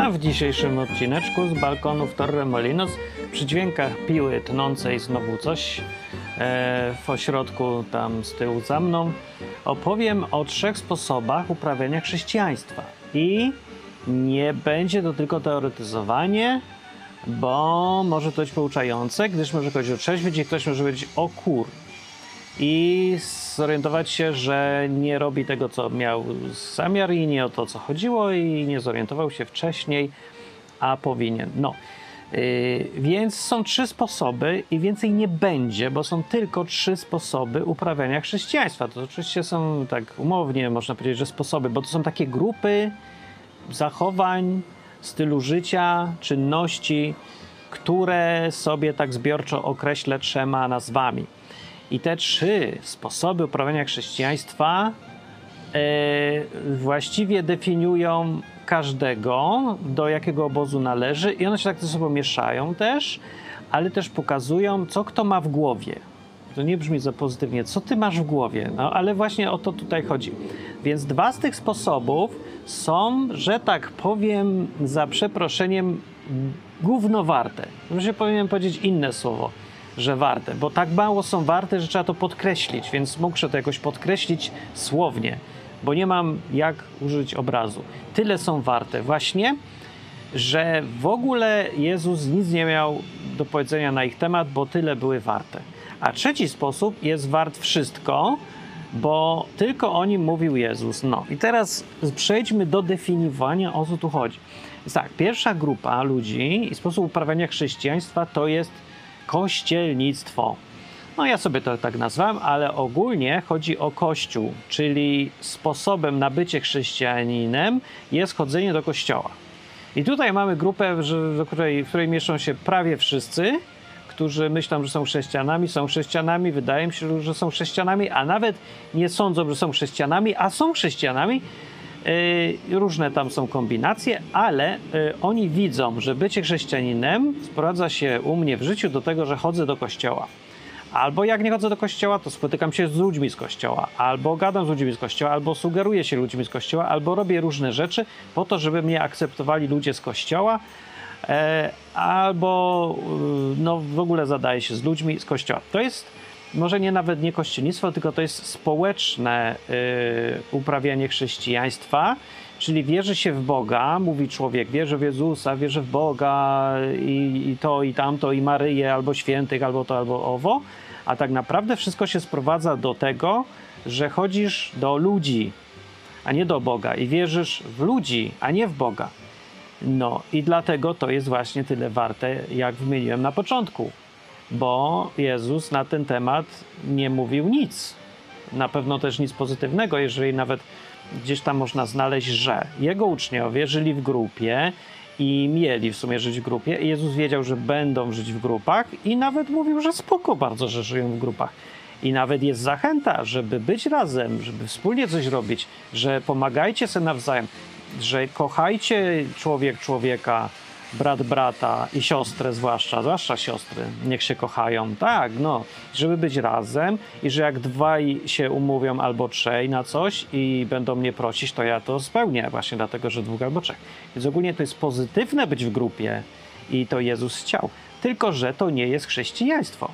A w dzisiejszym odcineczku z balkonu w Torremolinos przy dźwiękach piły tnącej znowu coś w ośrodku tam z tyłu za mną opowiem o 3 sposobach uprawiania chrześcijaństwa. I nie będzie to tylko teoretyzowanie, bo może to być pouczające, gdyż może chodzić o trzeźwieć i ktoś może powiedzieć o kur. I zorientować się, że nie robi tego, co miał zamiar i nie o to, co chodziło i nie zorientował się wcześniej, a powinien. Więc są 3 sposoby i więcej nie będzie, bo są tylko 3 sposoby uprawiania chrześcijaństwa. To oczywiście są tak umownie, można powiedzieć, że sposoby, bo to są takie grupy zachowań, stylu życia, czynności, które sobie tak zbiorczo określę 3 nazwami. I te 3 sposoby uprawiania chrześcijaństwa właściwie definiują każdego, do jakiego obozu należy, i one się tak ze sobą mieszają też, ale też pokazują, co kto ma w głowie. To nie brzmi za pozytywnie, co ty masz w głowie, no ale właśnie o to tutaj chodzi. Więc 2 z tych sposobów są, że tak powiem, za przeproszeniem, gówno warte. Może powinienem powiedzieć inne słowo, że warte, bo tak mało są warte, że trzeba to podkreślić, więc muszę to jakoś podkreślić słownie, bo nie mam jak użyć obrazu. Tyle są warte właśnie, że w ogóle Jezus nic nie miał do powiedzenia na ich temat, bo tyle były warte. A 3 sposób jest wart wszystko, bo tylko o nim mówił Jezus. No i teraz przejdźmy do definiowania, o co tu chodzi. Więc tak, pierwsza grupa ludzi i sposób uprawiania chrześcijaństwa to jest kościelnictwo. No ja sobie to tak nazwałem, ale ogólnie chodzi o Kościół, czyli sposobem na bycie chrześcijaninem jest chodzenie do kościoła. I tutaj mamy grupę, w której mieszczą się prawie wszyscy, którzy myślą, że są chrześcijanami, wydaje mi się, że są chrześcijanami, a nawet nie sądzą, że są chrześcijanami, a są chrześcijanami. Różne tam są kombinacje, ale oni widzą, że bycie chrześcijaninem sprowadza się u mnie w życiu do tego, że chodzę do kościoła. Albo jak nie chodzę do kościoła, to spotykam się z ludźmi z kościoła, albo gadam z ludźmi z kościoła, albo sugeruję się ludźmi z kościoła, albo robię różne rzeczy po to, żeby mnie akceptowali ludzie z kościoła, albo no, w ogóle zadaję się z ludźmi z kościoła. To jest może nawet nie kościelnictwo, tylko to jest społeczne uprawianie chrześcijaństwa, czyli wierzy się w Boga, mówi człowiek, wierzę w Jezusa, wierzę w Boga i to, i tamto, i Maryję, albo świętych, albo to, albo owo, a tak naprawdę wszystko się sprowadza do tego, że chodzisz do ludzi, a nie do Boga i wierzysz w ludzi, a nie w Boga. No i dlatego to jest właśnie tyle warte, jak wymieniłem na początku. Bo Jezus na ten temat nie mówił nic. Na pewno też nic pozytywnego, jeżeli nawet gdzieś tam można znaleźć, że jego uczniowie żyli w grupie i mieli w sumie żyć w grupie. I Jezus wiedział, że będą żyć w grupach i nawet mówił, że spoko bardzo, że żyją w grupach. I nawet jest zachęta, żeby być razem, żeby wspólnie coś robić, że pomagajcie sobie nawzajem, że kochajcie człowiek człowieka, brat brata i siostrę zwłaszcza siostry, niech się kochają, tak, no, żeby być razem i że jak 2 się umówią albo 3 na coś i będą mnie prosić, to ja to spełnię właśnie dlatego, że 2 albo 3. Więc ogólnie to jest pozytywne być w grupie i to Jezus chciał, tylko że to nie jest chrześcijaństwo.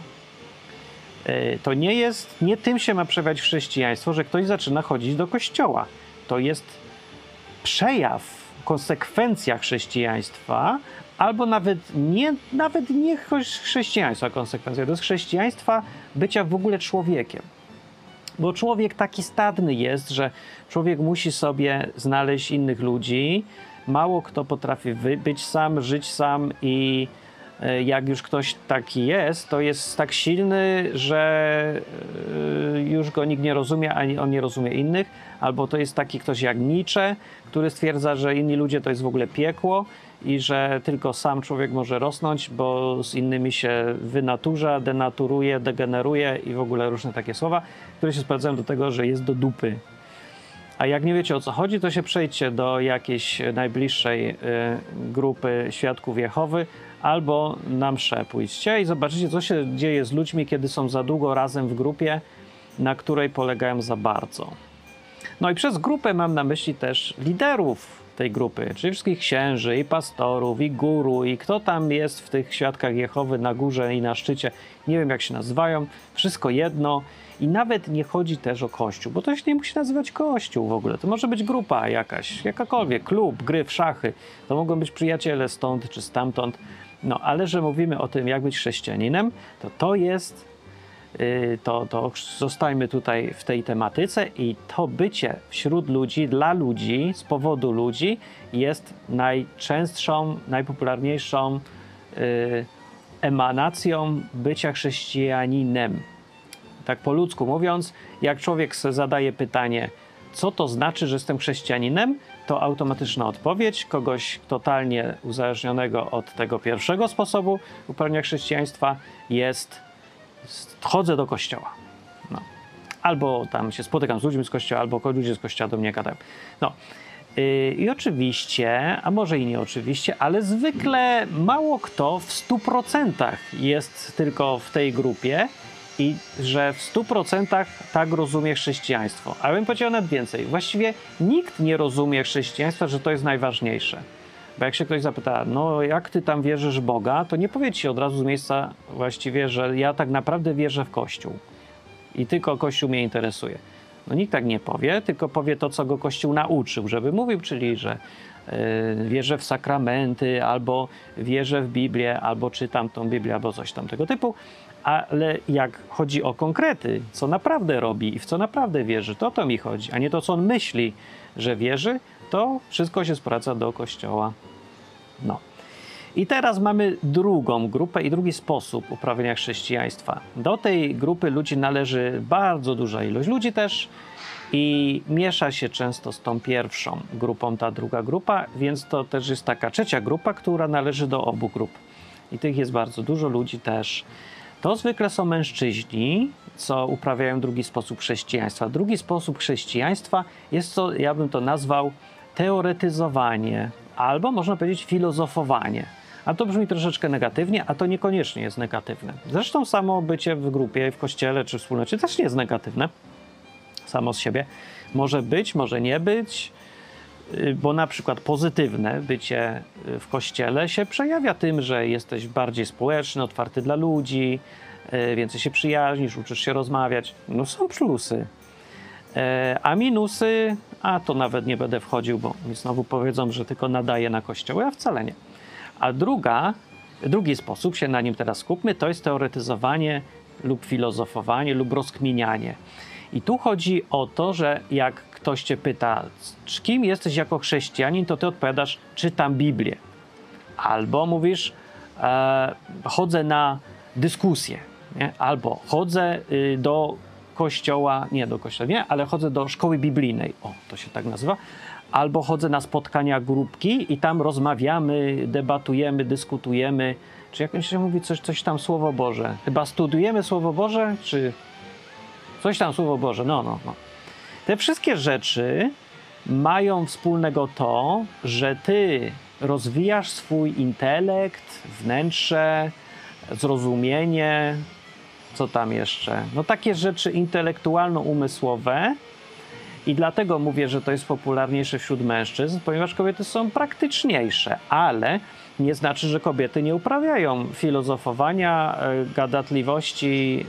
To nie tym się ma przejawiać chrześcijaństwo, że ktoś zaczyna chodzić do kościoła. To jest przejaw, konsekwencja chrześcijaństwa, albo nawet nie chrześcijaństwa konsekwencja, to jest chrześcijaństwa bycia w ogóle człowiekiem. Bo człowiek taki stadny jest, że człowiek musi sobie znaleźć innych ludzi, mało kto potrafi być sam, żyć sam i jak już ktoś taki jest, to jest tak silny, że już go nikt nie rozumie, ani on nie rozumie innych, albo to jest taki ktoś jak Nietzsche, który stwierdza, że inni ludzie to jest w ogóle piekło i że tylko sam człowiek może rosnąć, bo z innymi się wynaturza, denaturuje, degeneruje i w ogóle różne takie słowa, które się sprowadzają do tego, że jest do dupy. A jak nie wiecie, o co chodzi, to się przejdźcie do jakiejś najbliższej grupy Świadków Jehowy albo na mszę pójdźcie i zobaczycie, co się dzieje z ludźmi, kiedy są za długo razem w grupie, na której polegają za bardzo. No i przez grupę mam na myśli też liderów, tej grupy, czyli wszystkich księży i pastorów i guru i kto tam jest w tych świadkach Jehowy na górze i na szczycie, nie wiem jak się nazywają, wszystko jedno i nawet nie chodzi też o kościół, bo to się nie musi nazywać kościół w ogóle, to może być grupa jakaś, jakakolwiek, klub, gry w szachy, to mogą być przyjaciele stąd czy stamtąd, no ale że mówimy o tym jak być chrześcijaninem, to jest to zostajmy tutaj w tej tematyce i to bycie wśród ludzi, dla ludzi, z powodu ludzi jest najczęstszą, najpopularniejszą emanacją bycia chrześcijaninem. Tak po ludzku mówiąc, jak człowiek sobie zadaje pytanie, co to znaczy, że jestem chrześcijaninem, to automatyczna odpowiedź kogoś totalnie uzależnionego od tego pierwszego sposobu uprawiania chrześcijaństwa jest: chodzę do kościoła. No. Albo tam się spotykam z ludźmi z kościoła, albo ludzie z kościoła do mnie gadają. No. I oczywiście, a może i nie oczywiście, ale zwykle mało kto w 100% jest tylko w tej grupie i że w 100% tak rozumie chrześcijaństwo. A ja bym powiedział nawet więcej. Właściwie nikt nie rozumie chrześcijaństwa, że to jest najważniejsze. Bo jak się ktoś zapyta, no jak ty tam wierzysz w Boga, to nie powie ci od razu z miejsca właściwie, że ja tak naprawdę wierzę w Kościół i tylko Kościół mnie interesuje. No nikt tak nie powie, tylko powie to, co go Kościół nauczył, żeby mówił, czyli że wierzę w sakramenty, albo wierzę w Biblię, albo czytam tą Biblię, albo coś tam tego typu. Ale jak chodzi o konkrety, co naprawdę robi i w co naprawdę wierzy, to o to mi chodzi, a nie to, co on myśli, że wierzy, to wszystko się sprowadza do Kościoła. No. I teraz mamy drugą grupę i drugi sposób uprawiania chrześcijaństwa. Do tej grupy ludzi należy bardzo duża ilość ludzi też i miesza się często z tą pierwszą grupą ta druga grupa, więc to też jest taka trzecia grupa, która należy do obu grup. I tych jest bardzo dużo ludzi też. To zwykle są mężczyźni, co uprawiają drugi sposób chrześcijaństwa. Drugi sposób chrześcijaństwa jest to, ja bym to nazwał, teoretyzowanie, albo można powiedzieć filozofowanie. A to brzmi troszeczkę negatywnie, a to niekoniecznie jest negatywne. Zresztą samo bycie w grupie, w kościele czy wspólnocie też nie jest negatywne. Samo z siebie. Może być, może nie być, bo na przykład pozytywne bycie w kościele się przejawia tym, że jesteś bardziej społeczny, otwarty dla ludzi, więcej się przyjaźnisz, uczysz się rozmawiać. No są plusy. A minusy, a to nawet nie będę wchodził, bo mi znowu powiedzą, że tylko nadaję na kościół, a wcale nie. A drugi sposób, się na nim teraz skupmy, to jest teoretyzowanie lub filozofowanie lub rozkminianie. I tu chodzi o to, że jak ktoś cię pyta, kim jesteś jako chrześcijanin, to ty odpowiadasz, czytam Biblię. Albo mówisz, chodzę na dyskusję, nie? Albo chodzę do kościoła, ale chodzę do szkoły biblijnej, o, to się tak nazywa, albo chodzę na spotkania grupki i tam rozmawiamy, debatujemy, dyskutujemy, czy jak się mówi coś tam Słowo Boże, chyba studujemy Słowo Boże, czy coś tam Słowo Boże, no. Te wszystkie rzeczy mają wspólnego to, że ty rozwijasz swój intelekt, wnętrze, zrozumienie, co tam jeszcze? No takie rzeczy intelektualno-umysłowe i dlatego mówię, że to jest popularniejsze wśród mężczyzn, ponieważ kobiety są praktyczniejsze, ale nie znaczy, że kobiety nie uprawiają filozofowania, gadatliwości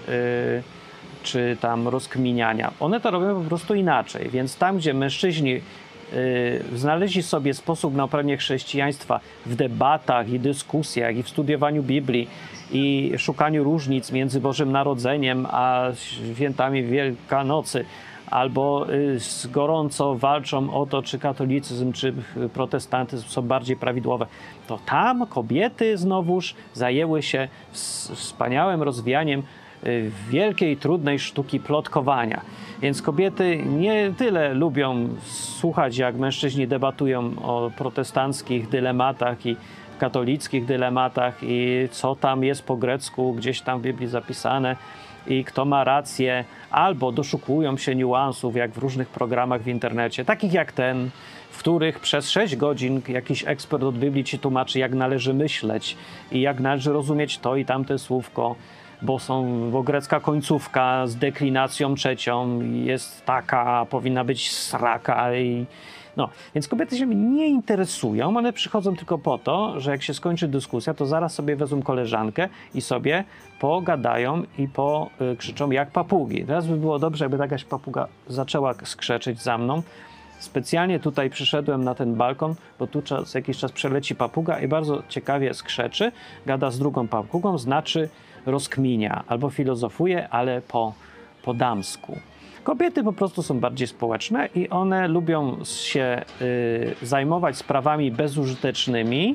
czy tam rozkminiania. One to robią po prostu inaczej, więc tam, gdzie mężczyźni znaleźli sobie sposób na uprawianie chrześcijaństwa w debatach i dyskusjach i w studiowaniu Biblii i szukaniu różnic między Bożym Narodzeniem a świętami Wielkanocy, albo gorąco walczą o to, czy katolicyzm, czy protestantyzm są bardziej prawidłowe, to tam kobiety znowuż zajęły się wspaniałym rozwijaniem wielkiej, trudnej sztuki plotkowania. Więc kobiety nie tyle lubią słuchać, jak mężczyźni debatują o protestanckich dylematach i katolickich dylematach i co tam jest po grecku gdzieś tam w Biblii zapisane i kto ma rację, albo doszukują się niuansów, jak w różnych programach w internecie, takich jak ten, w których przez 6 godzin jakiś ekspert od Biblii ci tłumaczy, jak należy myśleć i jak należy rozumieć to i tamte słówko, bo grecka końcówka z deklinacją trzecią jest taka, powinna być sraka i No, więc kobiety się nie interesują, one przychodzą tylko po to, że jak się skończy dyskusja, to zaraz sobie wezmą koleżankę i sobie pogadają i krzyczą jak papugi. Teraz by było dobrze, jakby jakaś papuga zaczęła skrzeczeć za mną. Specjalnie tutaj przyszedłem na ten balkon, bo tu co jakiś czas przeleci papuga i bardzo ciekawie skrzeczy, gada z drugą papugą, znaczy rozkminia albo filozofuje, ale po damsku. Kobiety po prostu są bardziej społeczne i one lubią się zajmować sprawami bezużytecznymi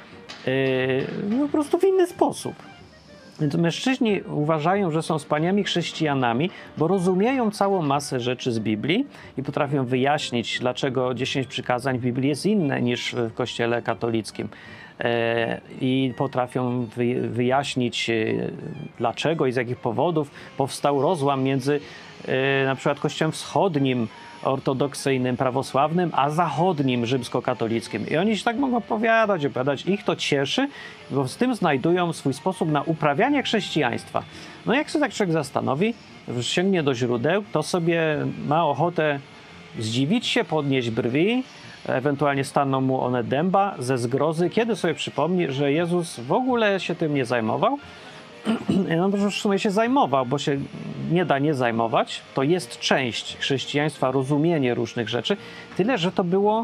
po prostu w inny sposób. Więc mężczyźni uważają, że są wspaniałymi chrześcijanami, bo rozumieją całą masę rzeczy z Biblii i potrafią wyjaśnić, dlaczego 10 przykazań w Biblii jest inne niż w Kościele katolickim. I potrafią wyjaśnić, dlaczego i z jakich powodów powstał rozłam między na przykład Kościołem wschodnim, ortodoksyjnym, prawosławnym, a zachodnim, rzymskokatolickim. I oni się tak mogą opowiadać. Ich to cieszy, bo z tym znajdują swój sposób na uprawianie chrześcijaństwa. No jak się tak człowiek zastanowi, sięgnie do źródeł, to sobie ma ochotę zdziwić się, podnieść brwi, ewentualnie staną mu one dęba ze zgrozy, kiedy sobie przypomni, że Jezus w ogóle się tym nie zajmował. No w sumie się zajmował, bo się nie da nie zajmować. To jest część chrześcijaństwa, rozumienie różnych rzeczy. Tyle, że to było,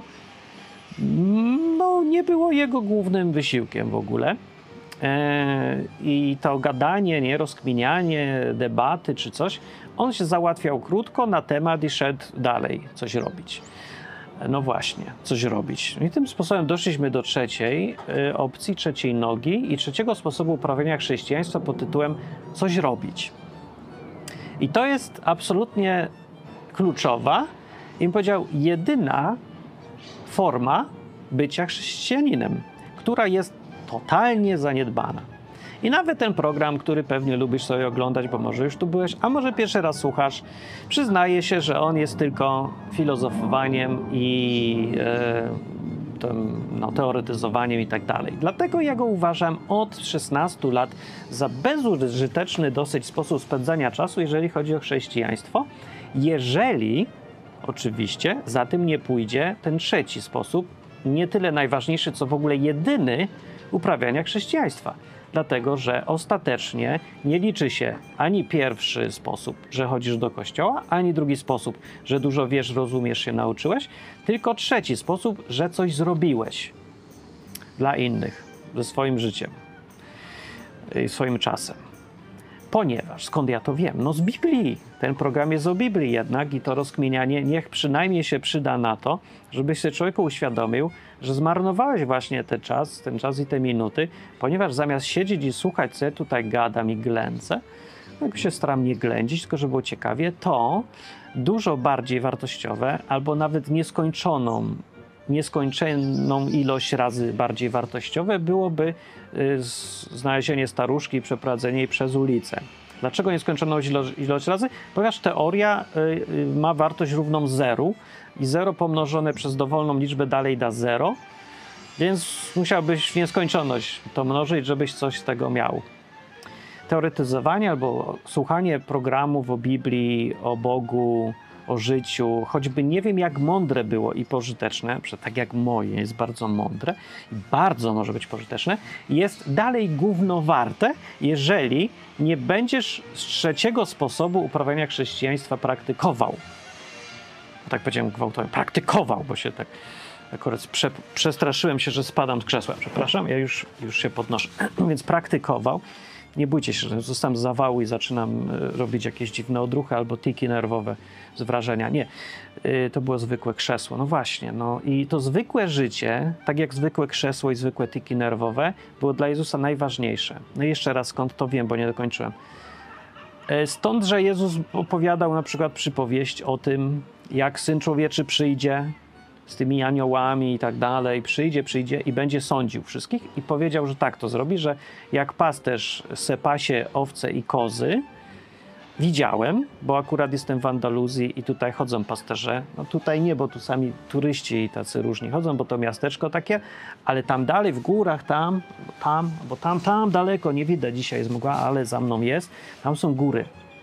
nie było jego głównym wysiłkiem w ogóle. I to gadanie, rozkminianie, debaty czy coś, on się załatwiał krótko na temat i szedł dalej coś robić. No właśnie, coś robić. I tym sposobem doszliśmy do trzeciej opcji, trzeciej nogi i trzeciego sposobu uprawiania chrześcijaństwa pod tytułem coś robić. I to jest absolutnie kluczowa i bym powiedział jedyna forma bycia chrześcijaninem, która jest totalnie zaniedbana. I nawet ten program, który pewnie lubisz sobie oglądać, bo może już tu byłeś, a może pierwszy raz słuchasz, przyznaje się, że on jest tylko filozofowaniem i teoretyzowaniem i tak dalej. Dlatego ja go uważam od 16 lat za bezużyteczny dosyć sposób spędzania czasu, jeżeli chodzi o chrześcijaństwo, jeżeli oczywiście za tym nie pójdzie ten trzeci sposób, nie tyle najważniejszy, co w ogóle jedyny uprawiania chrześcijaństwa. Dlatego, że ostatecznie nie liczy się ani pierwszy sposób, że chodzisz do kościoła, ani drugi sposób, że dużo wiesz, rozumiesz, się nauczyłeś, tylko trzeci sposób, że coś zrobiłeś dla innych, ze swoim życiem i swoim czasem. Ponieważ, skąd ja to wiem? No z Biblii. Ten program jest o Biblii jednak i to rozkminianie niech przynajmniej się przyda na to, żebyś się człowieku uświadomił, że zmarnowałeś właśnie ten czas i te minuty, ponieważ zamiast siedzieć i słuchać, co ja tutaj gadam i ględzę, jakby się staram nie ględzić, tylko żeby było ciekawie, to dużo bardziej wartościowe albo nawet nieskończoną ilość razy bardziej wartościowe byłoby znalezienie staruszki i przeprowadzenie jej przez ulicę. Dlaczego nieskończoną ilość razy? Ponieważ teoria ma wartość równą zeru i 0 pomnożone przez dowolną liczbę dalej da 0, więc musiałbyś w nieskończoność to mnożyć, żebyś coś z tego miał. Teoretyzowanie albo słuchanie programów o Biblii, o Bogu, o życiu, choćby nie wiem jak mądre było i pożyteczne, tak jak moje jest bardzo mądre i bardzo może być pożyteczne, jest dalej gówno warte, jeżeli nie będziesz z trzeciego sposobu uprawiania chrześcijaństwa praktykował. Tak powiedziałem gwałtownie, praktykował, bo się tak akurat przestraszyłem się, że spadam z krzesła, przepraszam, ja już się podnoszę, więc praktykował. Nie bójcie się, że zostałem zawału i zaczynam robić jakieś dziwne odruchy albo tiki nerwowe z wrażenia. Nie, to było zwykłe krzesło. No właśnie, no i to zwykłe życie, tak jak zwykłe krzesło i zwykłe tiki nerwowe, było dla Jezusa najważniejsze. No i jeszcze raz, skąd to wiem, bo nie dokończyłem. Stąd, że Jezus opowiadał na przykład przypowieść o tym, jak Syn Człowieczy przyjdzie z tymi aniołami i tak dalej, przyjdzie i będzie sądził wszystkich i powiedział, że tak to zrobi, że jak pasterz se pasie owce i kozy, widziałem, bo akurat jestem w Andaluzji i tutaj chodzą pasterze, no tutaj nie, bo tu sami turyści i tacy różni chodzą, bo to miasteczko takie, ale tam dalej w górach, tam daleko, nie widać, dzisiaj jest mgła, ale za mną jest, tam są góry.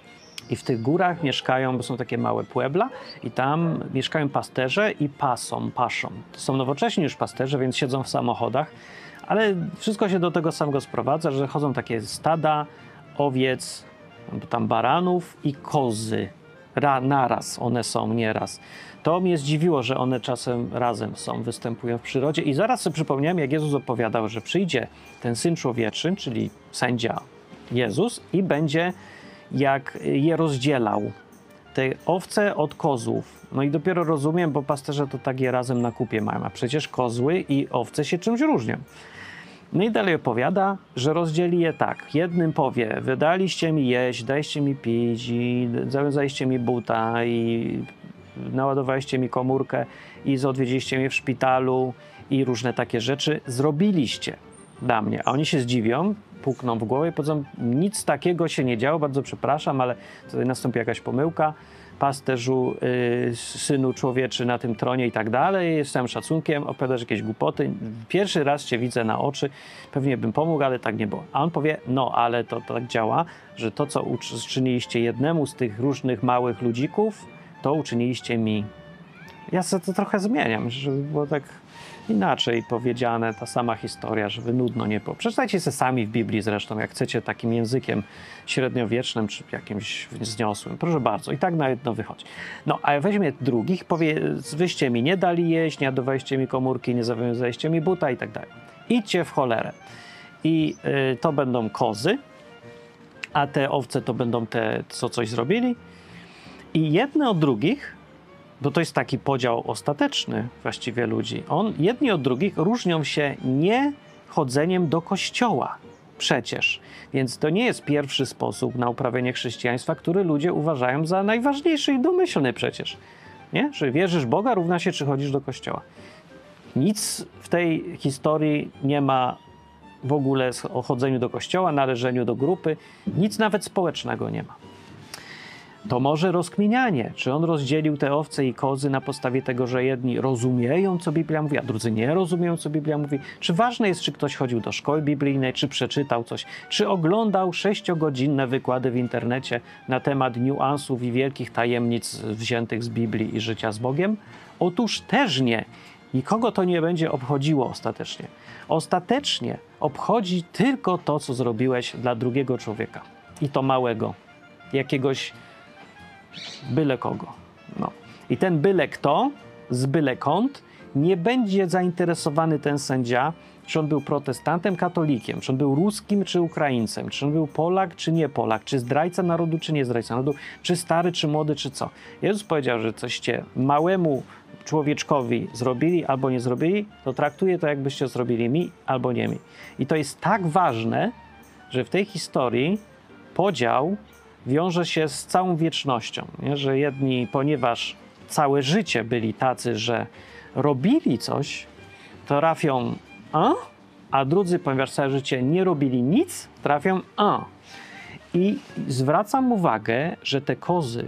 I w tych górach mieszkają, bo są takie małe puebla i tam mieszkają pasterze i paszą. To są nowocześni już pasterze, więc siedzą w samochodach, ale wszystko się do tego samego sprowadza, że chodzą takie stada owiec, tam baranów i kozy. Naraz one są, nieraz. To mnie zdziwiło, że one czasem razem są, występują w przyrodzie. I zaraz sobie przypomniałem, jak Jezus opowiadał, że przyjdzie ten Syn Człowieczy, czyli sędzia Jezus i będzie jak je rozdzielał. Te owce od kozłów. No i dopiero rozumiem, bo pasterze to tak je razem na kupie mają, a przecież kozły i owce się czymś różnią. No i dalej opowiada, że rozdzieli je tak. Jednym powie, wydaliście mi jeść, daliście mi pić i zawiązaliście mi buta i naładowaliście mi komórkę i odwiedziliście mnie w szpitalu i różne takie rzeczy zrobiliście dla mnie. A oni się zdziwią, pukną w głowę i powiedzą, nic takiego się nie działo, bardzo przepraszam, ale tutaj nastąpi jakaś pomyłka. Pasterzu, Synu Człowieczy na tym tronie i tak dalej, z całym szacunkiem, opowiadasz jakieś głupoty, pierwszy raz cię widzę na oczy, pewnie bym pomógł, ale tak nie było. A on powie, no ale to tak działa, że to, co uczyniliście jednemu z tych różnych małych ludzików, to uczyniliście mi. Ja sobie to trochę zmieniam, żeby było tak inaczej powiedziane, ta sama historia, żeby nudno nie było. Przeczytajcie sobie sami w Biblii zresztą, jak chcecie, takim językiem średniowiecznym, czy jakimś wzniosłym. Proszę bardzo. I tak na jedno wychodzi. No, a weźmie drugich, powie, wyście mi nie dali jeść, nie oddawaliście mi komórki, nie zawiązaliście mi buta i tak dalej. Idźcie w cholerę. I to będą kozy, a te owce to będą te, co coś zrobili. I jedne od drugich, bo to jest taki podział ostateczny właściwie ludzi. Jedni od drugich różnią się nie chodzeniem do kościoła przecież. Więc to nie jest pierwszy sposób na uprawianie chrześcijaństwa, który ludzie uważają za najważniejszy i domyślny przecież. Nie? Że wierzysz Boga równa się, czy chodzisz do kościoła. Nic w tej historii nie ma w ogóle o chodzeniu do kościoła, należeniu do grupy. Nic nawet społecznego nie ma. To może rozkminianie, czy on rozdzielił te owce i kozy na podstawie tego, że jedni rozumieją, co Biblia mówi, a drudzy nie rozumieją, co Biblia mówi. Czy ważne jest, czy ktoś chodził do szkoły biblijnej, czy przeczytał coś, czy oglądał 6-godzinne wykłady w internecie na temat niuansów i wielkich tajemnic wziętych z Biblii i życia z Bogiem? Otóż też nie. Nikogo to nie będzie obchodziło ostatecznie. Ostatecznie obchodzi tylko to, co zrobiłeś dla drugiego człowieka. I to małego. Jakiegoś byle kogo. No. I ten byle kto, z byle kąt, nie będzie zainteresowany ten sędzia, czy on był protestantem, katolikiem, czy on był ruskim, czy Ukraińcem, czy on był Polak, czy nie Polak, czy zdrajca narodu, czy nie zdrajca narodu, czy stary, czy młody, czy co. Jezus powiedział, że coście małemu człowieczkowi zrobili albo nie zrobili, to traktuje to, jakbyście zrobili mi albo nie mi. I to jest tak ważne, że w tej historii podział wiąże się z całą wiecznością, nie? Że jedni, ponieważ całe życie byli tacy, że robili coś, trafią a drudzy, ponieważ całe życie nie robili nic, trafią I zwracam uwagę, że te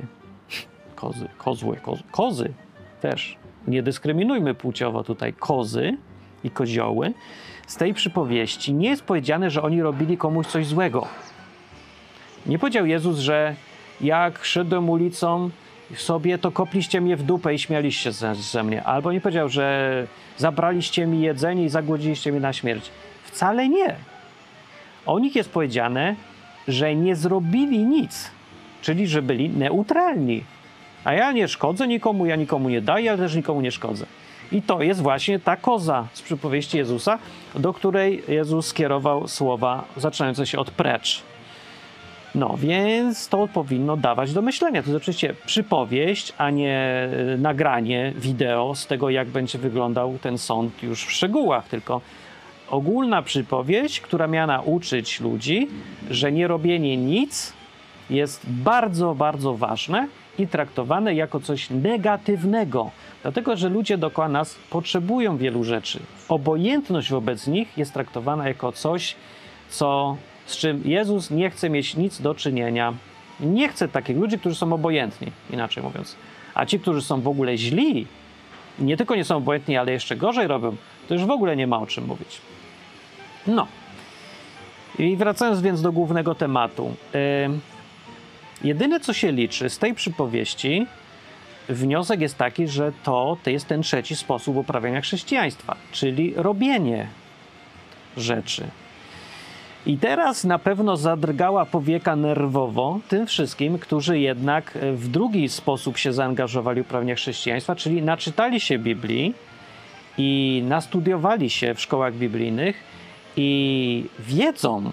kozy też, nie dyskryminujmy płciowo tutaj, kozy i kozioły, z tej przypowieści nie jest powiedziane, że oni robili komuś coś złego. Nie powiedział Jezus, że jak szedłem ulicą sobie, to kopliście mnie w dupę i śmialiście ze mnie. Albo nie powiedział, że zabraliście mi jedzenie i zagłodziliście mnie na śmierć. Wcale nie. O nich jest powiedziane, że nie zrobili nic. Czyli, że byli neutralni. A ja nie szkodzę nikomu, ja nikomu nie daję, ale też nikomu nie szkodzę. I to jest właśnie ta koza z przypowieści Jezusa, do której Jezus skierował słowa zaczynające się od precz. No, więc to powinno dawać do myślenia. To jest oczywiście przypowieść, a nie nagranie wideo z tego, jak będzie wyglądał ten sąd już w szczegółach, tylko ogólna przypowieść, która miała nauczyć ludzi, że nierobienie nic jest bardzo, bardzo ważne i traktowane jako coś negatywnego, dlatego że ludzie dookoła nas potrzebują wielu rzeczy. Obojętność wobec nich jest traktowana jako coś, z czym Jezus nie chce mieć nic do czynienia. Nie chce takich ludzi, którzy są obojętni, inaczej mówiąc. A ci, którzy są w ogóle źli, nie tylko nie są obojętni, ale jeszcze gorzej robią, to już w ogóle nie ma o czym mówić. No. I wracając więc do głównego tematu. Jedyne, co się liczy z tej przypowieści, wniosek jest taki, że to jest ten trzeci sposób uprawiania chrześcijaństwa, czyli robienie rzeczy. I teraz na pewno zadrgała powieka nerwowo tym wszystkim, którzy jednak w drugi sposób się zaangażowali w uprawianie chrześcijaństwa, czyli naczytali się Biblii i nastudiowali się w szkołach biblijnych i wiedzą,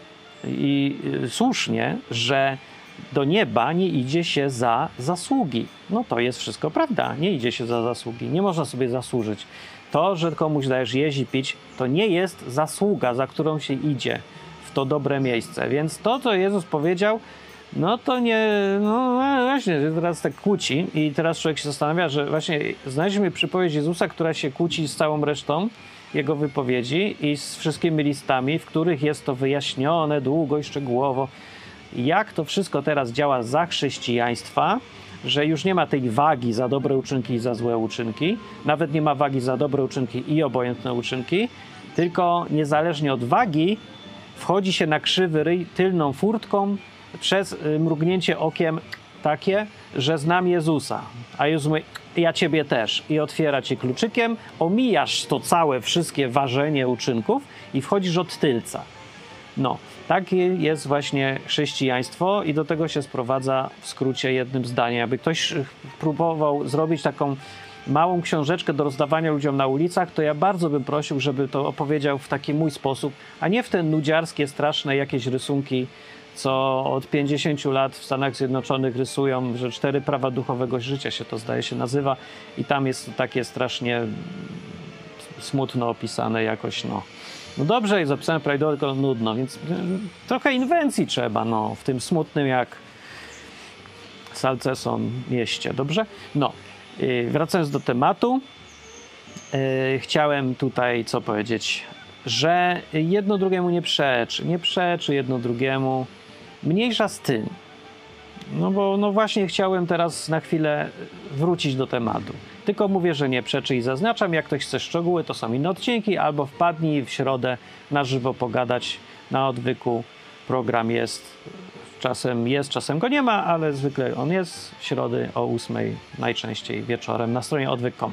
i słusznie, że do nieba nie idzie się za zasługi. No to jest wszystko prawda, nie idzie się za zasługi, nie można sobie zasłużyć. To, że komuś dajesz jeść i pić, to nie jest zasługa, za którą się idzie w to dobre miejsce. Więc to, co Jezus powiedział, no to nie, no właśnie, teraz tak kłóci i teraz człowiek się zastanawia, że właśnie znaleźliśmy przypowieść Jezusa, która się kłóci z całą resztą jego wypowiedzi i z wszystkimi listami, w których jest to wyjaśnione długo i szczegółowo, jak to wszystko teraz działa za chrześcijaństwa, że już nie ma tej wagi za dobre uczynki i za złe uczynki, nawet nie ma wagi za dobre uczynki i obojętne uczynki, tylko niezależnie od wagi wchodzi się na krzywy ryj tylną furtką przez mrugnięcie okiem takie, że znam Jezusa, a Jezus mówi, ja ciebie też i otwiera cię kluczykiem, omijasz to całe wszystkie ważenie uczynków i wchodzisz od tylca. No, takie jest właśnie chrześcijaństwo i do tego się sprowadza w skrócie jednym zdaniem. Aby ktoś próbował zrobić taką małą książeczkę do rozdawania ludziom na ulicach, to ja bardzo bym prosił, żeby to opowiedział w taki mój sposób, a nie w te nudziarskie, straszne jakieś rysunki, co od 50 lat w Stanach Zjednoczonych rysują, że 4 prawa duchowego życia się to zdaje się nazywa i tam jest takie strasznie smutno opisane jakoś, no. No dobrze jest opisane prawidłowo, tylko nudno, więc trochę inwencji trzeba, no, w tym smutnym jak Salceson mieście, dobrze? No, wracając do tematu, chciałem tutaj co powiedzieć, że jedno drugiemu nie przeczy jedno drugiemu, mniejsza z tym. No bo no właśnie chciałem teraz na chwilę wrócić do tematu. Tylko mówię, że nie przeczy i zaznaczam, jak ktoś chce szczegóły, to są inne odcinki, albo wpadnij w środę na żywo pogadać na Odwyku. Program jest, czasem go nie ma, ale zwykle on jest w środy o 8, najczęściej wieczorem na stronie odwyk.com,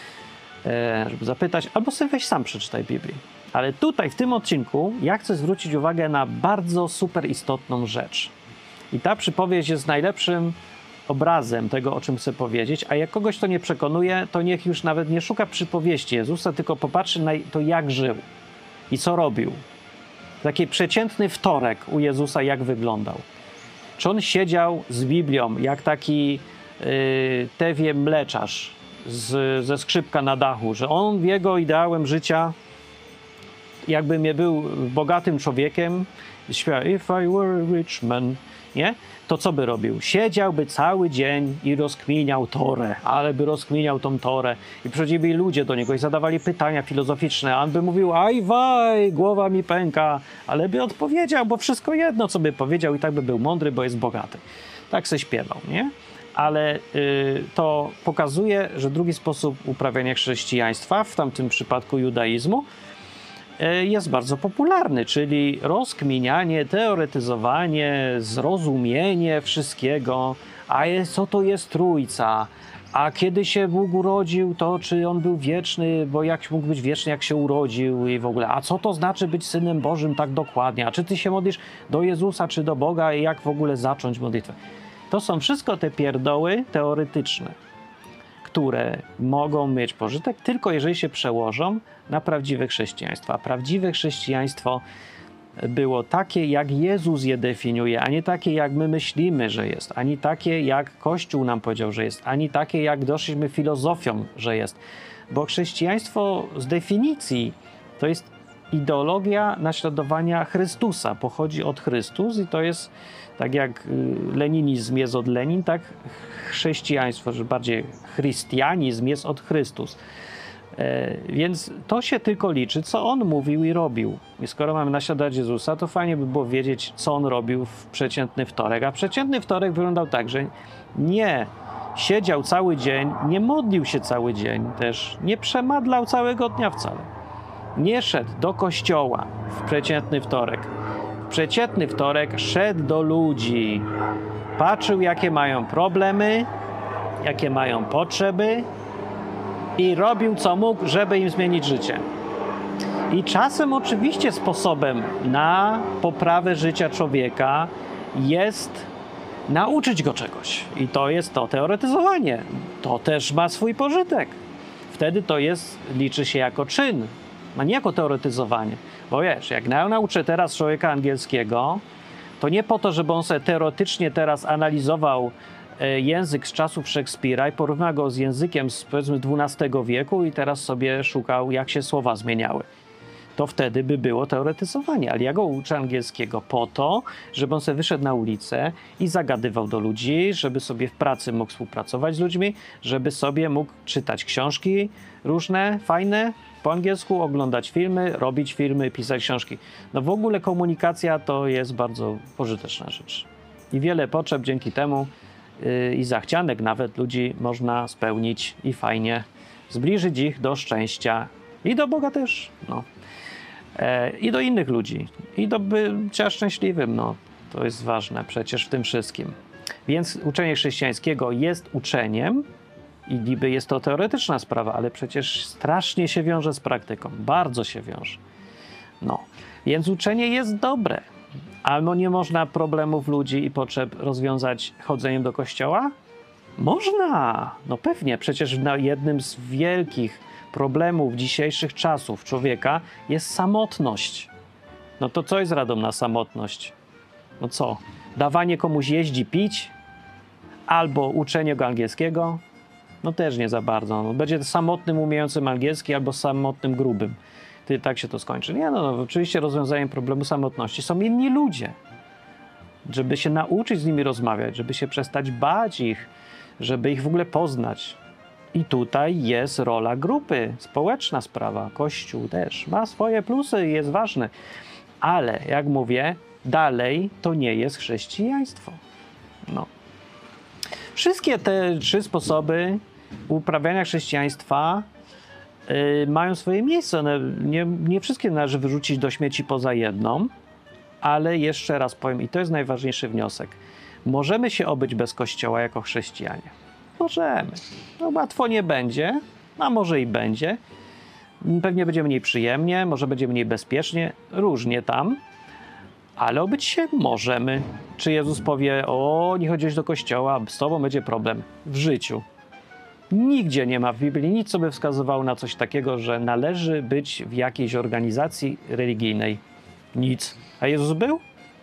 żeby zapytać, albo sobie weź sam przeczytaj Biblię. Ale tutaj w tym odcinku ja chcę zwrócić uwagę na bardzo super istotną rzecz. I ta przypowieść jest najlepszym obrazem tego, o czym chcę powiedzieć, a jak kogoś to nie przekonuje, to niech już nawet nie szuka przypowieści Jezusa, tylko popatrzy na to, jak żył i co robił. Taki przeciętny wtorek u Jezusa, jak wyglądał. Czy on siedział z Biblią, jak taki tewie mleczarz ze skrzypka na dachu, że on jego ideałem życia, jakby nie był bogatym człowiekiem, śpiewał If I were a rich man, nie? To co by robił? Siedziałby cały dzień i rozkminiał Torę, ale by rozkminiał tą Torę i przychodzili ludzie do niego i zadawali pytania filozoficzne, a on by mówił aj waj, głowa mi pęka, ale by odpowiedział, bo wszystko jedno, co by powiedział i tak by był mądry, bo jest bogaty. Tak se śpiewał, nie? Ale to pokazuje, że drugi sposób uprawiania chrześcijaństwa, w tamtym przypadku judaizmu, jest bardzo popularny, czyli rozkminianie, teoretyzowanie, zrozumienie wszystkiego, a co to jest Trójca, a kiedy się Bóg urodził, to czy On był wieczny, bo jak mógł być wieczny, jak się urodził i w ogóle, a co to znaczy być Synem Bożym tak dokładnie, a czy ty się modlisz do Jezusa, czy do Boga i jak w ogóle zacząć modlitwę. To są wszystko te pierdoły teoretyczne, które mogą mieć pożytek tylko jeżeli się przełożą na prawdziwe chrześcijaństwo. A prawdziwe chrześcijaństwo było takie, jak Jezus je definiuje, a nie takie, jak my myślimy, że jest, ani takie, jak Kościół nam powiedział, że jest, ani takie, jak doszliśmy filozofią, że jest. Bo chrześcijaństwo z definicji to jest ideologia naśladowania Chrystusa. Pochodzi od Chrystus i to jest tak jak leninizm jest od Lenin, tak chrześcijaństwo, że bardziej chrystianizm jest od Chrystus. Więc to się tylko liczy, co on mówił i robił. I skoro mamy naśladować Jezusa, to fajnie by było wiedzieć, co on robił w przeciętny wtorek. A przeciętny wtorek wyglądał tak, że nie siedział cały dzień, nie modlił się cały dzień też, nie przemadlał całego dnia wcale. Nie szedł do kościoła w przeciętny wtorek. W przeciętny wtorek szedł do ludzi Patrzył, jakie mają problemy, jakie mają potrzeby i robił, co mógł, żeby im zmienić życie. I czasem oczywiście sposobem na poprawę życia człowieka jest nauczyć go czegoś. I to jest to teoretyzowanie. To też ma swój pożytek. Wtedy to liczy się jako czyn, a nie jako teoretyzowanie. Bo wiesz, jak ja nauczę teraz człowieka angielskiego, to nie po to, żeby on sobie teoretycznie teraz analizował język z czasów Szekspira i porównał go z językiem z powiedzmy XII wieku i teraz sobie szukał, jak się słowa zmieniały. To wtedy by było teoretyzowanie, ale ja go uczę angielskiego po to, żeby on sobie wyszedł na ulicę i zagadywał do ludzi, żeby sobie w pracy mógł współpracować z ludźmi, żeby sobie mógł czytać książki różne, fajne, po angielsku, oglądać filmy, robić filmy, pisać książki. No w ogóle komunikacja to jest bardzo pożyteczna rzecz. I wiele potrzeb dzięki temu i zachcianek nawet ludzi można spełnić i fajnie zbliżyć ich do szczęścia i do Boga też, no. I do innych ludzi. I do bycia szczęśliwym, no. To jest ważne przecież w tym wszystkim. Więc uczenie chrześcijańskiego jest uczeniem i niby jest to teoretyczna sprawa, ale przecież strasznie się wiąże z praktyką. Bardzo się wiąże. No. Więc uczenie jest dobre. Ale nie można problemów ludzi i potrzeb rozwiązać chodzeniem do kościoła? Można! No pewnie. Przecież jednym z wielkich problemów dzisiejszych czasów człowieka jest samotność. No to co jest radą na samotność? No co? Dawanie komuś jeździ pić? Albo uczenie go angielskiego? No też nie za bardzo. No, będzie samotnym umiejącym angielski albo samotnym grubym. Tak się to skończy. Nie, no oczywiście rozwiązaniem problemu samotności są inni ludzie. Żeby się nauczyć z nimi rozmawiać, żeby się przestać bać ich, żeby ich w ogóle poznać. I tutaj jest rola grupy, społeczna sprawa. Kościół też ma swoje plusy i jest ważny. Ale, jak mówię, dalej to nie jest chrześcijaństwo. No. Wszystkie te 3 sposoby uprawiania chrześcijaństwa mają swoje miejsce. One nie wszystkie należy wyrzucić do śmieci poza jedną, ale jeszcze raz powiem, i to jest najważniejszy wniosek. Możemy się obyć bez Kościoła jako chrześcijanie. Możemy. No łatwo nie będzie, a może i będzie. Pewnie będzie mniej przyjemnie, może będzie mniej bezpiecznie, różnie tam, ale obyć się możemy. Czy Jezus powie, o, nie chodzisz do kościoła, z tobą będzie problem w życiu? Nigdzie nie ma w Biblii nic, co by wskazywało na coś takiego, że należy być w jakiejś organizacji religijnej. Nic. A Jezus był?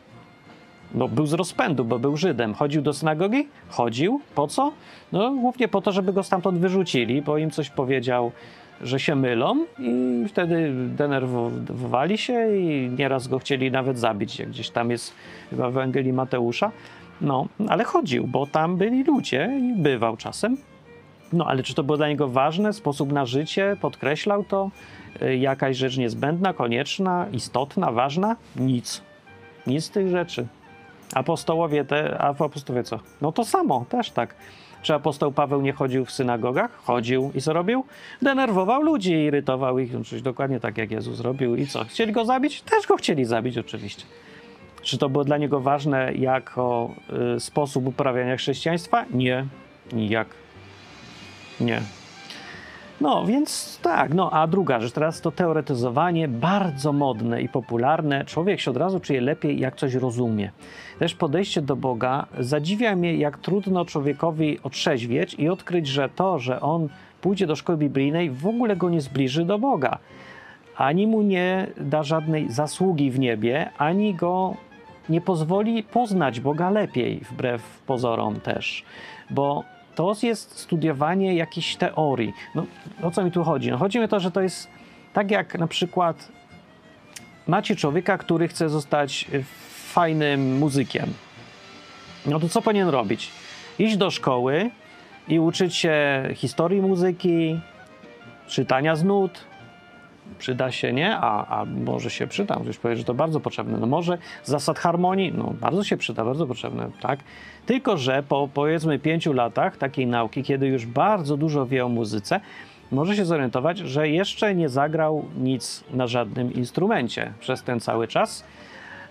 No był z rozpędu, bo był Żydem. Chodził do synagogi? Chodził. Po co? No głównie po to, żeby go stamtąd wyrzucili, bo im coś powiedział, że się mylą i wtedy denerwowali się i nieraz go chcieli nawet zabić, jak gdzieś tam jest chyba w Ewangelii Mateusza. No, ale chodził, bo tam byli ludzie i bywał czasem. No, ale czy to było dla niego ważne? Sposób na życie? Podkreślał to? Jakaś rzecz niezbędna, konieczna, istotna, ważna? Nic. Nic z tych rzeczy. Apostołowie a apostołowie co? No to samo, też tak. Czy apostoł Paweł nie chodził w synagogach? Chodził i co robił? Denerwował ludzi, irytował ich. Oczywiście dokładnie tak, jak Jezus robił. I co? Chcieli go zabić? Też go chcieli zabić, oczywiście. Czy to było dla niego ważne jako sposób uprawiania chrześcijaństwa? Nie. Nijak. Nie. No, więc tak. No, a druga rzecz, teraz to teoretyzowanie bardzo modne i popularne. Człowiek się od razu czuje lepiej, jak coś rozumie. Też podejście do Boga zadziwia mnie, jak trudno człowiekowi otrzeźwieć i odkryć, że to, że on pójdzie do szkoły biblijnej, w ogóle go nie zbliży do Boga. Ani mu nie da żadnej zasługi w niebie, ani go nie pozwoli poznać Boga lepiej, wbrew pozorom też. Bo to jest studiowanie jakichś teorii. No, o co mi tu chodzi? No, chodzi mi o to, że to jest tak jak na przykład macie człowieka, który chce zostać fajnym muzykiem. No to co powinien robić? Iść do szkoły i uczyć się historii muzyki, czytania z nut. Przyda się, nie? A może się przyda. Ktoś powie, że to bardzo potrzebne. No może zasad harmonii, no bardzo się przyda, bardzo potrzebne, tak? Tylko że po powiedzmy 5 latach takiej nauki, kiedy już bardzo dużo wie o muzyce, może się zorientować, że jeszcze nie zagrał nic na żadnym instrumencie przez ten cały czas.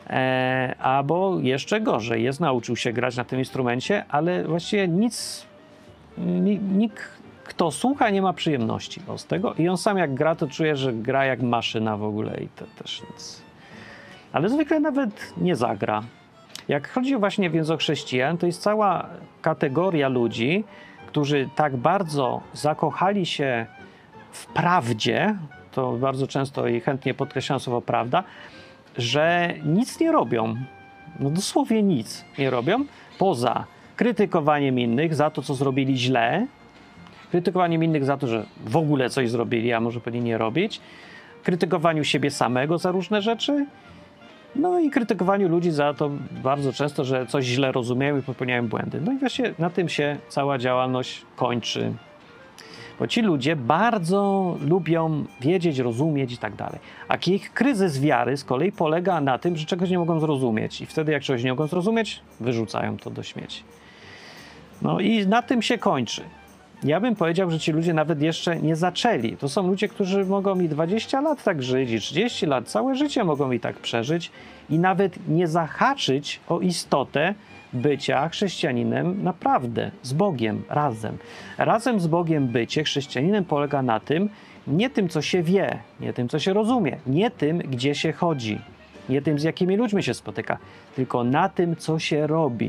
albo jeszcze gorzej, nauczył się grać na tym instrumencie, ale właściwie nikt, kto słucha, nie ma przyjemności z tego i on sam jak gra, to czuje, że gra jak maszyna w ogóle i to też nic. Ale zwykle nawet nie zagra. Jak chodzi właśnie więc o chrześcijan, to jest cała kategoria ludzi, którzy tak bardzo zakochali się w prawdzie, to bardzo często i chętnie podkreślam słowo prawda, że nic nie robią, no dosłownie nic nie robią, poza krytykowaniem innych za to, co zrobili źle, krytykowaniem innych za to, że w ogóle coś zrobili, a może powinni nie robić, krytykowaniu siebie samego za różne rzeczy, no i krytykowaniu ludzi za to bardzo często, że coś źle rozumieją i popełniają błędy. No i właśnie na tym się cała działalność kończy. Bo ci ludzie bardzo lubią wiedzieć, rozumieć i tak dalej. A ich kryzys wiary z kolei polega na tym, że czegoś nie mogą zrozumieć. I wtedy jak czegoś nie mogą zrozumieć, wyrzucają to do śmieci. No i na tym się kończy. Ja bym powiedział, że ci ludzie nawet jeszcze nie zaczęli. To są ludzie, którzy mogą i 20 lat tak żyć, i 30 lat, całe życie mogą i tak przeżyć i nawet nie zahaczyć o istotę bycia chrześcijaninem naprawdę, z Bogiem, razem. Razem z Bogiem bycie chrześcijaninem polega na tym, nie tym, co się wie, nie tym, co się rozumie, nie tym, gdzie się chodzi, nie tym, z jakimi ludźmi się spotyka, tylko na tym, co się robi.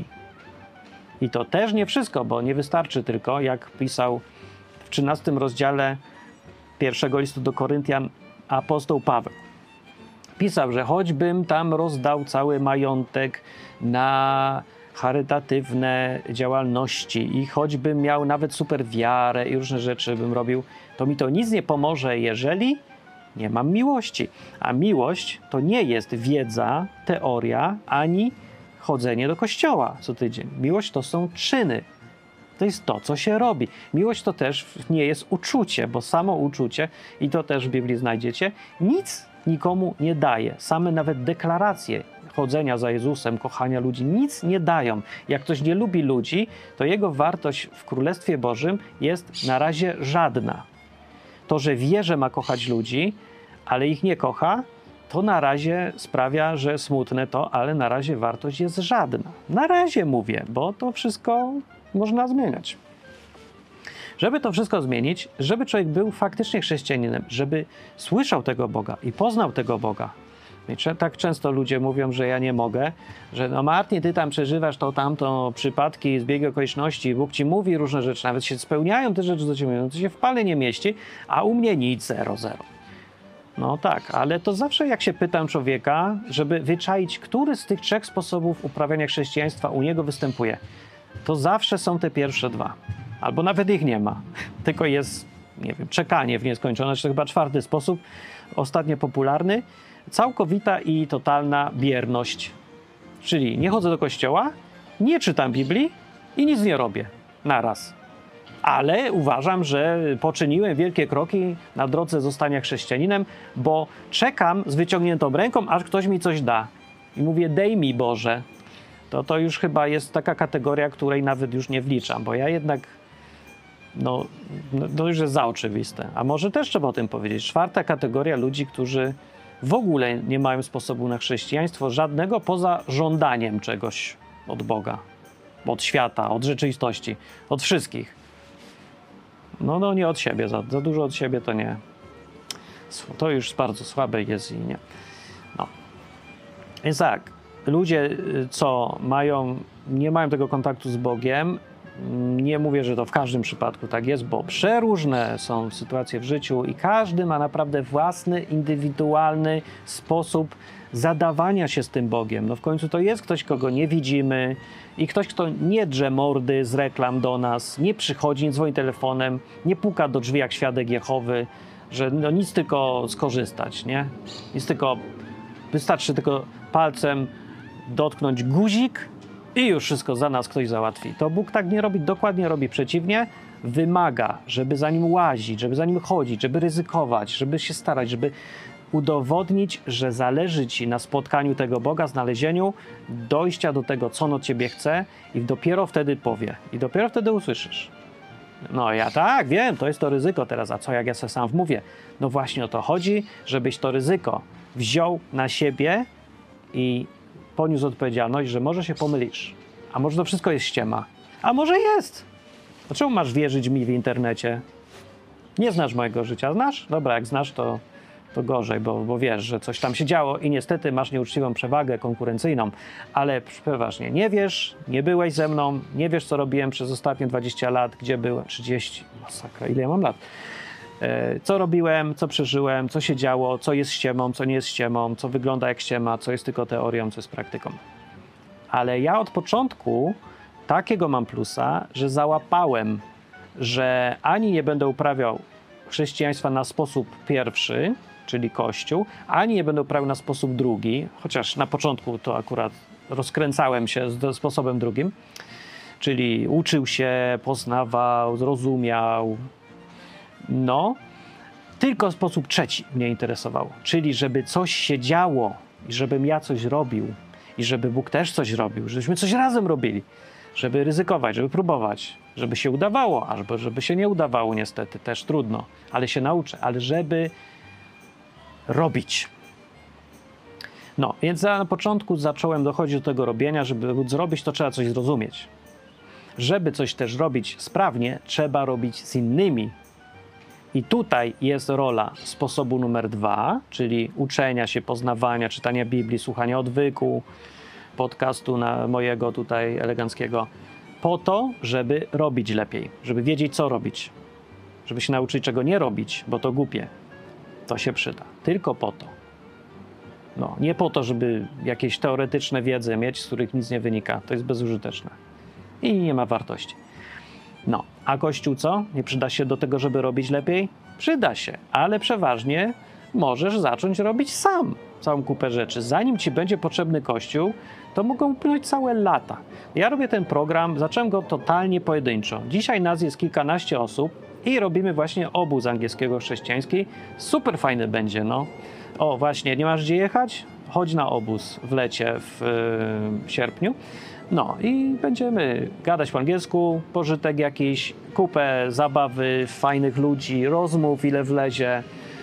I to też nie wszystko, bo nie wystarczy tylko, jak pisał w 13 rozdziale pierwszego listu do Koryntian apostoł Paweł. Pisał, że choćbym tam rozdał cały majątek na charytatywne działalności i choćbym miał nawet super wiarę i różne rzeczy bym robił, to mi to nic nie pomoże, jeżeli nie mam miłości. A miłość to nie jest wiedza, teoria, ani chodzenie do kościoła co tydzień. Miłość to są czyny. To jest to, co się robi. Miłość to też nie jest uczucie, bo samo uczucie, i to też w Biblii znajdziecie, nic nikomu nie daje. Same nawet deklaracje chodzenia za Jezusem, kochania ludzi, nic nie dają. Jak ktoś nie lubi ludzi, to jego wartość w Królestwie Bożym jest na razie żadna. To, że wie, że ma kochać ludzi, ale ich nie kocha, to na razie sprawia, że smutne to, ale na razie wartość jest żadna. Na razie mówię, bo to wszystko można zmieniać. Żeby to wszystko zmienić, żeby człowiek był faktycznie chrześcijaninem, żeby słyszał tego Boga i poznał tego Boga. I tak często ludzie mówią, że ja nie mogę, że no Martin, ty tam przeżywasz to, tamto, przypadki, zbiegi okoliczności, Bóg ci mówi różne rzeczy, nawet się spełniają te rzeczy, co ci mówią, to się w pale nie mieści, a u mnie nic, 0,0. No tak, ale to zawsze jak się pytam człowieka, żeby wyczaić, który z tych 3 sposobów uprawiania chrześcijaństwa u niego występuje, to zawsze są te pierwsze 2. Albo nawet ich nie ma, tylko jest, nie wiem, czekanie w nieskończoność, to chyba 4. sposób, ostatnio popularny, całkowita i totalna bierność. Czyli nie chodzę do kościoła, nie czytam Biblii i nic nie robię naraz. Ale uważam, że poczyniłem wielkie kroki na drodze zostania chrześcijaninem, bo czekam z wyciągniętą ręką, aż ktoś mi coś da. I mówię, dej mi Boże. To już chyba jest taka kategoria, której nawet już nie wliczam, bo ja jednak, no to już jest za oczywiste. A może też trzeba o tym powiedzieć. 4. kategoria ludzi, którzy w ogóle nie mają sposobu na chrześcijaństwo żadnego poza żądaniem czegoś od Boga, od świata, od rzeczywistości, od wszystkich. No nie od siebie, za dużo od siebie to nie. To już bardzo słabe jest i nie. No. Więc tak, ludzie, co nie mają tego kontaktu z Bogiem, nie mówię, że to w każdym przypadku tak jest, bo przeróżne są sytuacje w życiu i każdy ma naprawdę własny, indywidualny sposób zadawania się z tym Bogiem. No w końcu to jest ktoś, kogo nie widzimy i ktoś, kto nie drze mordy z reklam do nas, nie przychodzi, nie dzwoni telefonem, nie puka do drzwi jak świadek Jehowy, że no nic tylko skorzystać, nie? Wystarczy tylko palcem dotknąć guzik i już wszystko za nas ktoś załatwi. To Bóg tak nie robi, dokładnie robi przeciwnie. Wymaga, żeby za nim łazić, żeby za nim chodzić, żeby ryzykować, żeby się starać, żeby udowodnić, że zależy ci na spotkaniu tego Boga, znalezieniu dojścia do tego, co on od ciebie chce i dopiero wtedy powie. I dopiero wtedy usłyszysz. No ja tak, wiem, to jest to ryzyko teraz, a co jak ja sobie sam wmówię? No właśnie o to chodzi, żebyś to ryzyko wziął na siebie i poniósł odpowiedzialność, że może się pomylisz, a może to wszystko jest ściema, a może jest. Dlaczego masz wierzyć mi w internecie? Nie znasz mojego życia. Znasz? Dobra, jak znasz, to gorzej, bo wiesz, że coś tam się działo i niestety masz nieuczciwą przewagę konkurencyjną, ale przeważnie nie wiesz, nie byłeś ze mną, nie wiesz, co robiłem przez ostatnie 20 lat, gdzie byłem, 30, masakra, ile ja mam lat? Co robiłem, co przeżyłem, co się działo, co jest ściemą, co nie jest ściemą, co wygląda jak ściema, co jest tylko teorią, co jest praktyką. Ale ja od początku takiego mam plusa, że załapałem, że ani nie będę uprawiał chrześcijaństwa na sposób pierwszy, czyli Kościół, ani nie będę uprawiał na sposób drugi, chociaż na początku to akurat rozkręcałem się sposobem drugim, czyli uczył się, poznawał, zrozumiał. No, tylko sposób trzeci mnie interesował, czyli żeby coś się działo i żebym ja coś robił i żeby Bóg też coś robił, żebyśmy coś razem robili, żeby ryzykować, żeby próbować, żeby się udawało, albo żeby się nie udawało niestety, też trudno, ale się nauczę, ale żeby robić. No, więc na początku zacząłem dochodzić do tego robienia, żeby móc zrobić, to trzeba coś zrozumieć. Żeby coś też robić sprawnie, trzeba robić z innymi. I tutaj jest rola sposobu numer 2, czyli uczenia się, poznawania, czytania Biblii, słuchania odwyku, podcastu mojego tutaj eleganckiego, po to, żeby robić lepiej, żeby wiedzieć, co robić, żeby się nauczyć, czego nie robić, bo to głupie. To się przyda. Tylko po to. No, nie po to, żeby jakieś teoretyczne wiedzy mieć, z których nic nie wynika. To jest bezużyteczne. I nie ma wartości. No, a Kościół co? Nie przyda się do tego, żeby robić lepiej? Przyda się, ale przeważnie możesz zacząć robić sam całą kupę rzeczy. Zanim ci będzie potrzebny Kościół, to mogą upłynąć całe lata. Ja robię ten program, zacząłem go totalnie pojedynczo. Dzisiaj nas jest kilkanaście osób i robimy właśnie obóz angielskiego chrześcijański. Super fajny będzie, no. O, właśnie, nie masz gdzie jechać? Chodź na obóz w lecie, w sierpniu. No i będziemy gadać po angielsku, pożytek jakiś, kupę zabawy, fajnych ludzi, rozmów, ile wlezie.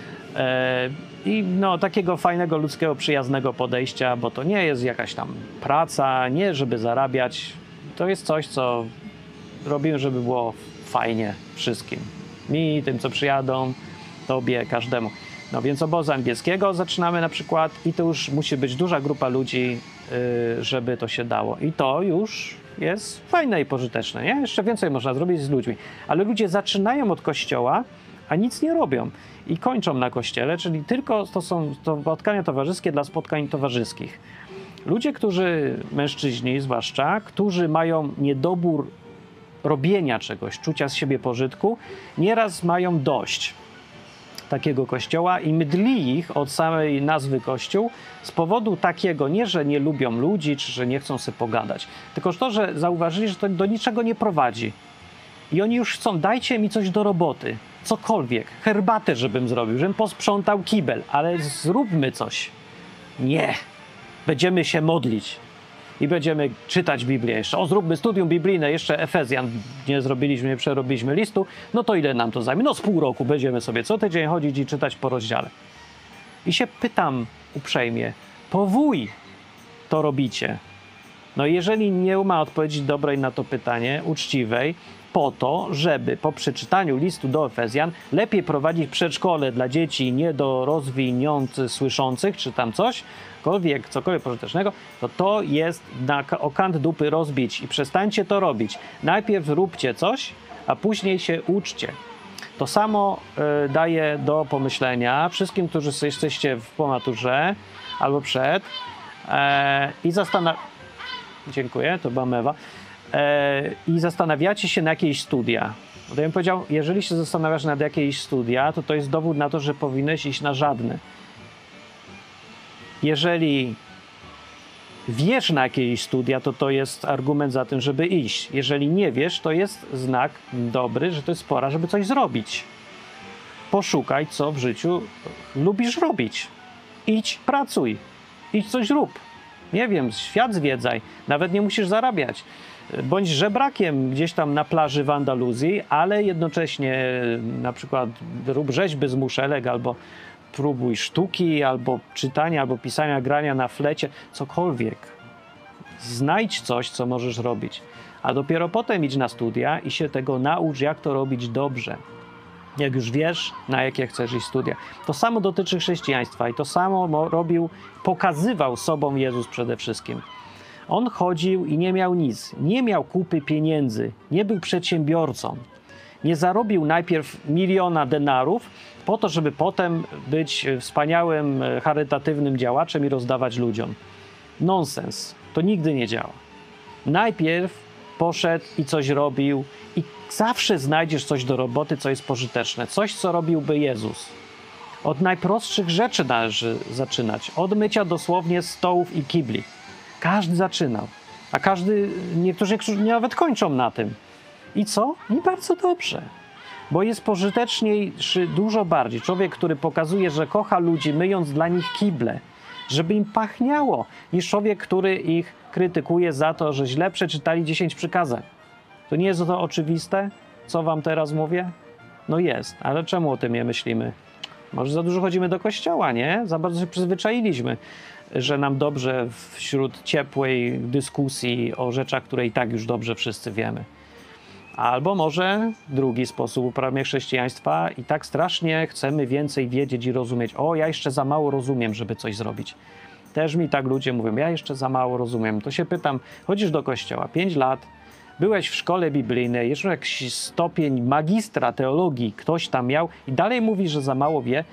I no, takiego fajnego, ludzkiego, przyjaznego podejścia, bo to nie jest jakaś tam praca, nie żeby zarabiać. To jest coś, co robimy, żeby było fajnie wszystkim. Mi, tym, co przyjadą, tobie, każdemu. No więc obozu angielskiego zaczynamy na przykład i to już musi być duża grupa ludzi, żeby to się dało. I to już jest fajne i pożyteczne, nie? Jeszcze więcej można zrobić z ludźmi. Ale ludzie zaczynają od kościoła, a nic nie robią. I kończą na kościele, czyli tylko to są spotkania towarzyskie dla spotkań towarzyskich. Ludzie, mężczyźni zwłaszcza, którzy mają niedobór robienia czegoś, czucia z siebie pożytku, nieraz mają dość takiego kościoła i mydli ich od samej nazwy kościół z powodu takiego, nie że nie lubią ludzi, czy że nie chcą sobie pogadać, tylko to, że zauważyli, że to do niczego nie prowadzi. I oni już chcą, dajcie mi coś do roboty, cokolwiek, herbatę żebym zrobił, żebym posprzątał kibel, ale zróbmy coś. Nie, będziemy się modlić i będziemy czytać Biblię jeszcze. O, zróbmy studium biblijne, jeszcze Efezjan nie zrobiliśmy, nie przerobiliśmy listu, no to ile nam to zajmie? No z pół roku będziemy sobie co tydzień chodzić i czytać po rozdziale. I się pytam uprzejmie, po wuj to robicie? No jeżeli nie ma odpowiedzi dobrej na to pytanie, uczciwej, po to, żeby po przeczytaniu listu do Efezjan lepiej prowadzić przedszkole dla dzieci niedorozwiniących, słyszących, czy tam cokolwiek pożytecznego, to jest o kant dupy rozbić i przestańcie to robić. Najpierw róbcie coś, a później się uczcie. To samo daję do pomyślenia wszystkim, którzy jesteście po maturze albo przed Dziękuję, to była mewa. I zastanawiacie się na jakieś studia. Bo ja bym powiedział, jeżeli się zastanawiasz nad jakieś studia, to jest dowód na to, że powinieneś iść na żadne. Jeżeli wiesz na jakieś studia, to jest argument za tym, żeby iść. Jeżeli nie wiesz, to jest znak dobry, że to jest pora, żeby coś zrobić. Poszukaj, co w życiu lubisz robić. Idź, pracuj. Idź, coś rób. Nie wiem, świat zwiedzaj. Nawet nie musisz zarabiać. Bądź żebrakiem gdzieś tam na plaży w Andaluzji, ale jednocześnie na przykład rób rzeźby z muszelek, albo próbuj sztuki, albo czytania, albo pisania, grania na flecie, cokolwiek. znajdź coś, co możesz robić. A dopiero potem idź na studia i się tego naucz, jak to robić dobrze. Jak już wiesz, na jakie chcesz iść studia. To samo dotyczy chrześcijaństwa i to samo pokazywał sobą Jezus przede wszystkim. On chodził i nie miał nic. Nie miał kupy pieniędzy. Nie był przedsiębiorcą. Nie zarobił najpierw 1 000 000 denarów po to, żeby potem być wspaniałym, charytatywnym działaczem i rozdawać ludziom. Nonsens. To nigdy nie działa. Najpierw poszedł i coś robił i zawsze znajdziesz coś do roboty, co jest pożyteczne. Coś, co robiłby Jezus. Od najprostszych rzeczy należy zaczynać. Od mycia dosłownie stołów i kibli. Każdy zaczynał. A niektórzy nawet kończą na tym. I co? I bardzo dobrze. Bo jest pożyteczniejszy dużo bardziej. Człowiek, który pokazuje, że kocha ludzi, myjąc dla nich kible, żeby im pachniało, niż człowiek, który ich krytykuje za to, że źle przeczytali 10 przykazań. To nie jest to oczywiste, co wam teraz mówię? No jest, ale czemu o tym nie myślimy? Może za dużo chodzimy do kościoła, nie? Za bardzo się przyzwyczailiśmy, że nam dobrze wśród ciepłej dyskusji o rzeczach, które i tak już dobrze wszyscy wiemy. Albo może drugi sposób uprawiania chrześcijaństwa i tak strasznie chcemy więcej wiedzieć i rozumieć. O, ja jeszcze za mało rozumiem, żeby coś zrobić. Też mi tak ludzie mówią, ja jeszcze za mało rozumiem. To się pytam, chodzisz do kościoła 5 lat, byłeś w szkole biblijnej, jeszcze jakiś stopień magistra teologii ktoś tam miał i dalej mówi, że za mało wie,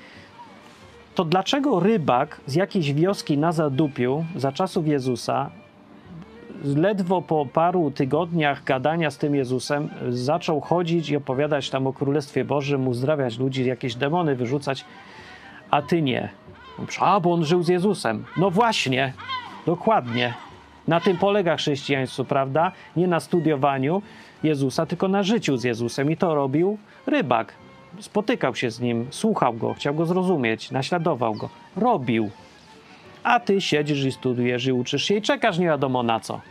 to dlaczego rybak z jakiejś wioski na Zadupiu za czasów Jezusa ledwo po paru tygodniach gadania z tym Jezusem zaczął chodzić i opowiadać tam o Królestwie Bożym, uzdrawiać ludzi, jakieś demony wyrzucać, a ty nie. A, bo on żył z Jezusem. No właśnie, dokładnie. Na tym polega chrześcijaństwo, prawda? Nie na studiowaniu Jezusa, tylko na życiu z Jezusem. I to robił rybak. Spotykał się z nim, słuchał go, chciał go zrozumieć, naśladował go. Robił. A ty siedzisz i studiujesz i uczysz się i czekasz nie wiadomo na co.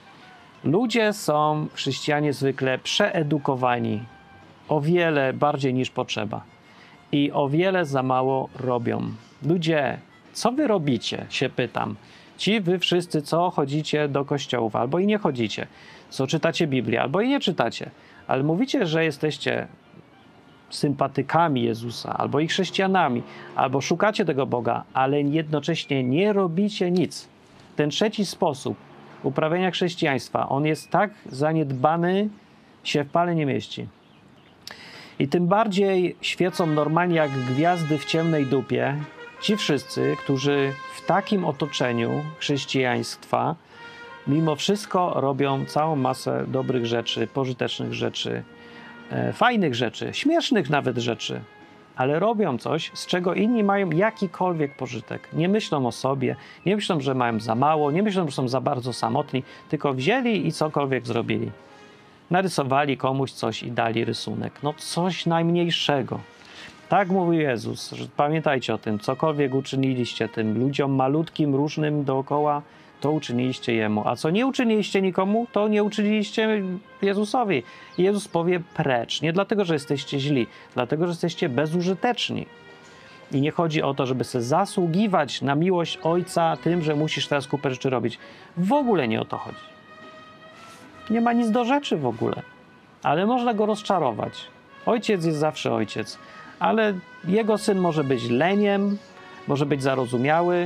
Ludzie są, chrześcijanie zwykle, przeedukowani o wiele bardziej niż potrzeba. I o wiele za mało robią. Ludzie, co wy robicie, się pytam. Ci wy wszyscy, co chodzicie do kościołów, albo i nie chodzicie, co czytacie Biblię, albo i nie czytacie, ale mówicie, że jesteście sympatykami Jezusa, albo i chrześcijanami, albo szukacie tego Boga, ale jednocześnie nie robicie nic. Ten trzeci sposób uprawiania chrześcijaństwa, on jest tak zaniedbany, się w pale nie mieści. I tym bardziej świecą normalnie jak gwiazdy w ciemnej dupie ci wszyscy, którzy w takim otoczeniu chrześcijaństwa mimo wszystko robią całą masę dobrych rzeczy, pożytecznych rzeczy, fajnych rzeczy, śmiesznych nawet rzeczy, ale robią coś, z czego inni mają jakikolwiek pożytek. Nie myślą o sobie, nie myślą, że mają za mało, nie myślą, że są za bardzo samotni, tylko wzięli i cokolwiek zrobili. Narysowali komuś coś i dali rysunek. No coś najmniejszego. Tak mówił Jezus, że pamiętajcie o tym, cokolwiek uczyniliście tym ludziom malutkim, różnym dookoła, to uczyniliście Jemu. A co nie uczyniliście nikomu, to nie uczyniliście Jezusowi. I Jezus powie precz. Nie dlatego, że jesteście źli, dlatego, że jesteście bezużyteczni. I nie chodzi o to, żeby sobie zasługiwać na miłość Ojca tym, że musisz teraz kupę rzeczy robić. W ogóle nie o to chodzi. Nie ma nic do rzeczy w ogóle. Ale można go rozczarować. Ojciec jest zawsze ojciec. Ale jego syn może być leniem, może być zarozumiały,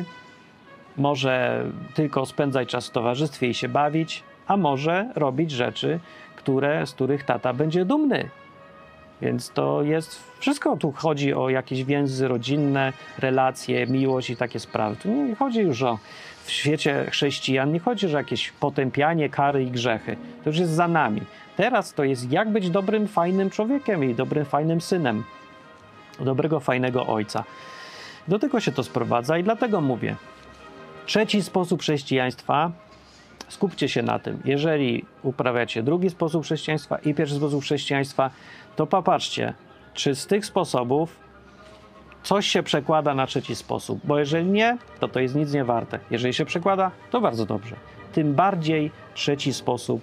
może tylko spędzać czas w towarzystwie i się bawić, a może robić rzeczy, z których tata będzie dumny. Więc to jest wszystko. Tu chodzi o jakieś więzy rodzinne, relacje, miłość i takie sprawy. Tu nie chodzi już w świecie chrześcijan, nie chodzi już o jakieś potępianie, kary i grzechy. To już jest za nami. Teraz to jest jak być dobrym, fajnym człowiekiem i dobrym, fajnym synem. Dobrego, fajnego ojca. Do tego się to sprowadza i dlatego mówię. Trzeci sposób chrześcijaństwa, skupcie się na tym. Jeżeli uprawiacie drugi sposób chrześcijaństwa i pierwszy sposób chrześcijaństwa, to popatrzcie, czy z tych sposobów coś się przekłada na trzeci sposób. Bo jeżeli nie, to jest nic nie warte. Jeżeli się przekłada, to bardzo dobrze. Tym bardziej trzeci sposób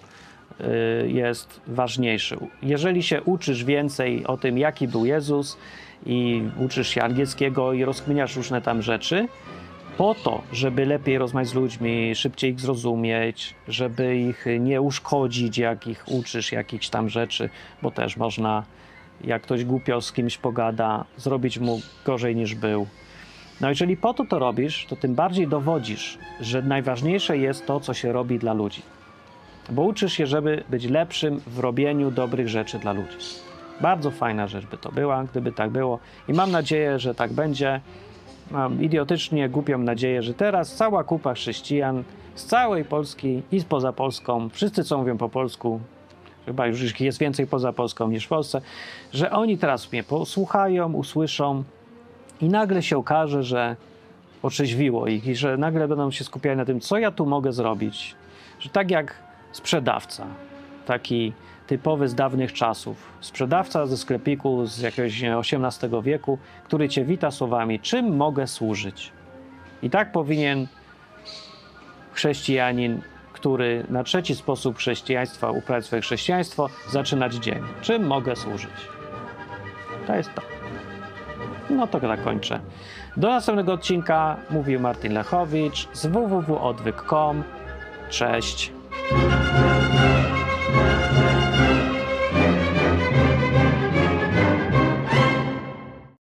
jest ważniejszy. Jeżeli się uczysz więcej o tym, jaki był Jezus i uczysz się angielskiego i rozkminiasz różne tam rzeczy, po to, żeby lepiej rozmawiać z ludźmi, szybciej ich zrozumieć, żeby ich nie uszkodzić, jak ich uczysz jakichś tam rzeczy, bo też można, jak ktoś głupio z kimś pogada, zrobić mu gorzej niż był. No jeżeli po to robisz, to tym bardziej dowodzisz, że najważniejsze jest to, co się robi dla ludzi. Bo uczysz się, żeby być lepszym w robieniu dobrych rzeczy dla ludzi. Bardzo fajna rzecz by to była, gdyby tak było. I mam nadzieję, że tak będzie. Mam idiotycznie głupią nadzieję, że teraz cała kupa chrześcijan z całej Polski i spoza Polską, wszyscy co mówią po polsku, chyba już jest więcej poza Polską niż w Polsce, że oni teraz mnie posłuchają, usłyszą i nagle się okaże, że otrzeźwiło ich i że nagle będą się skupiali na tym, co ja tu mogę zrobić. Że tak jak sprzedawca, taki typowy z dawnych czasów, sprzedawca ze sklepiku z jakiegoś XVIII wieku, który cię wita słowami, czym mogę służyć? I tak powinien chrześcijanin, który na trzeci sposób chrześcijaństwa uprawia swoje chrześcijaństwo, zaczynać dzień. Czym mogę służyć? To jest to. No to tak kończę. Do następnego odcinka mówił Martin Lechowicz z www.odwyk.com. Cześć!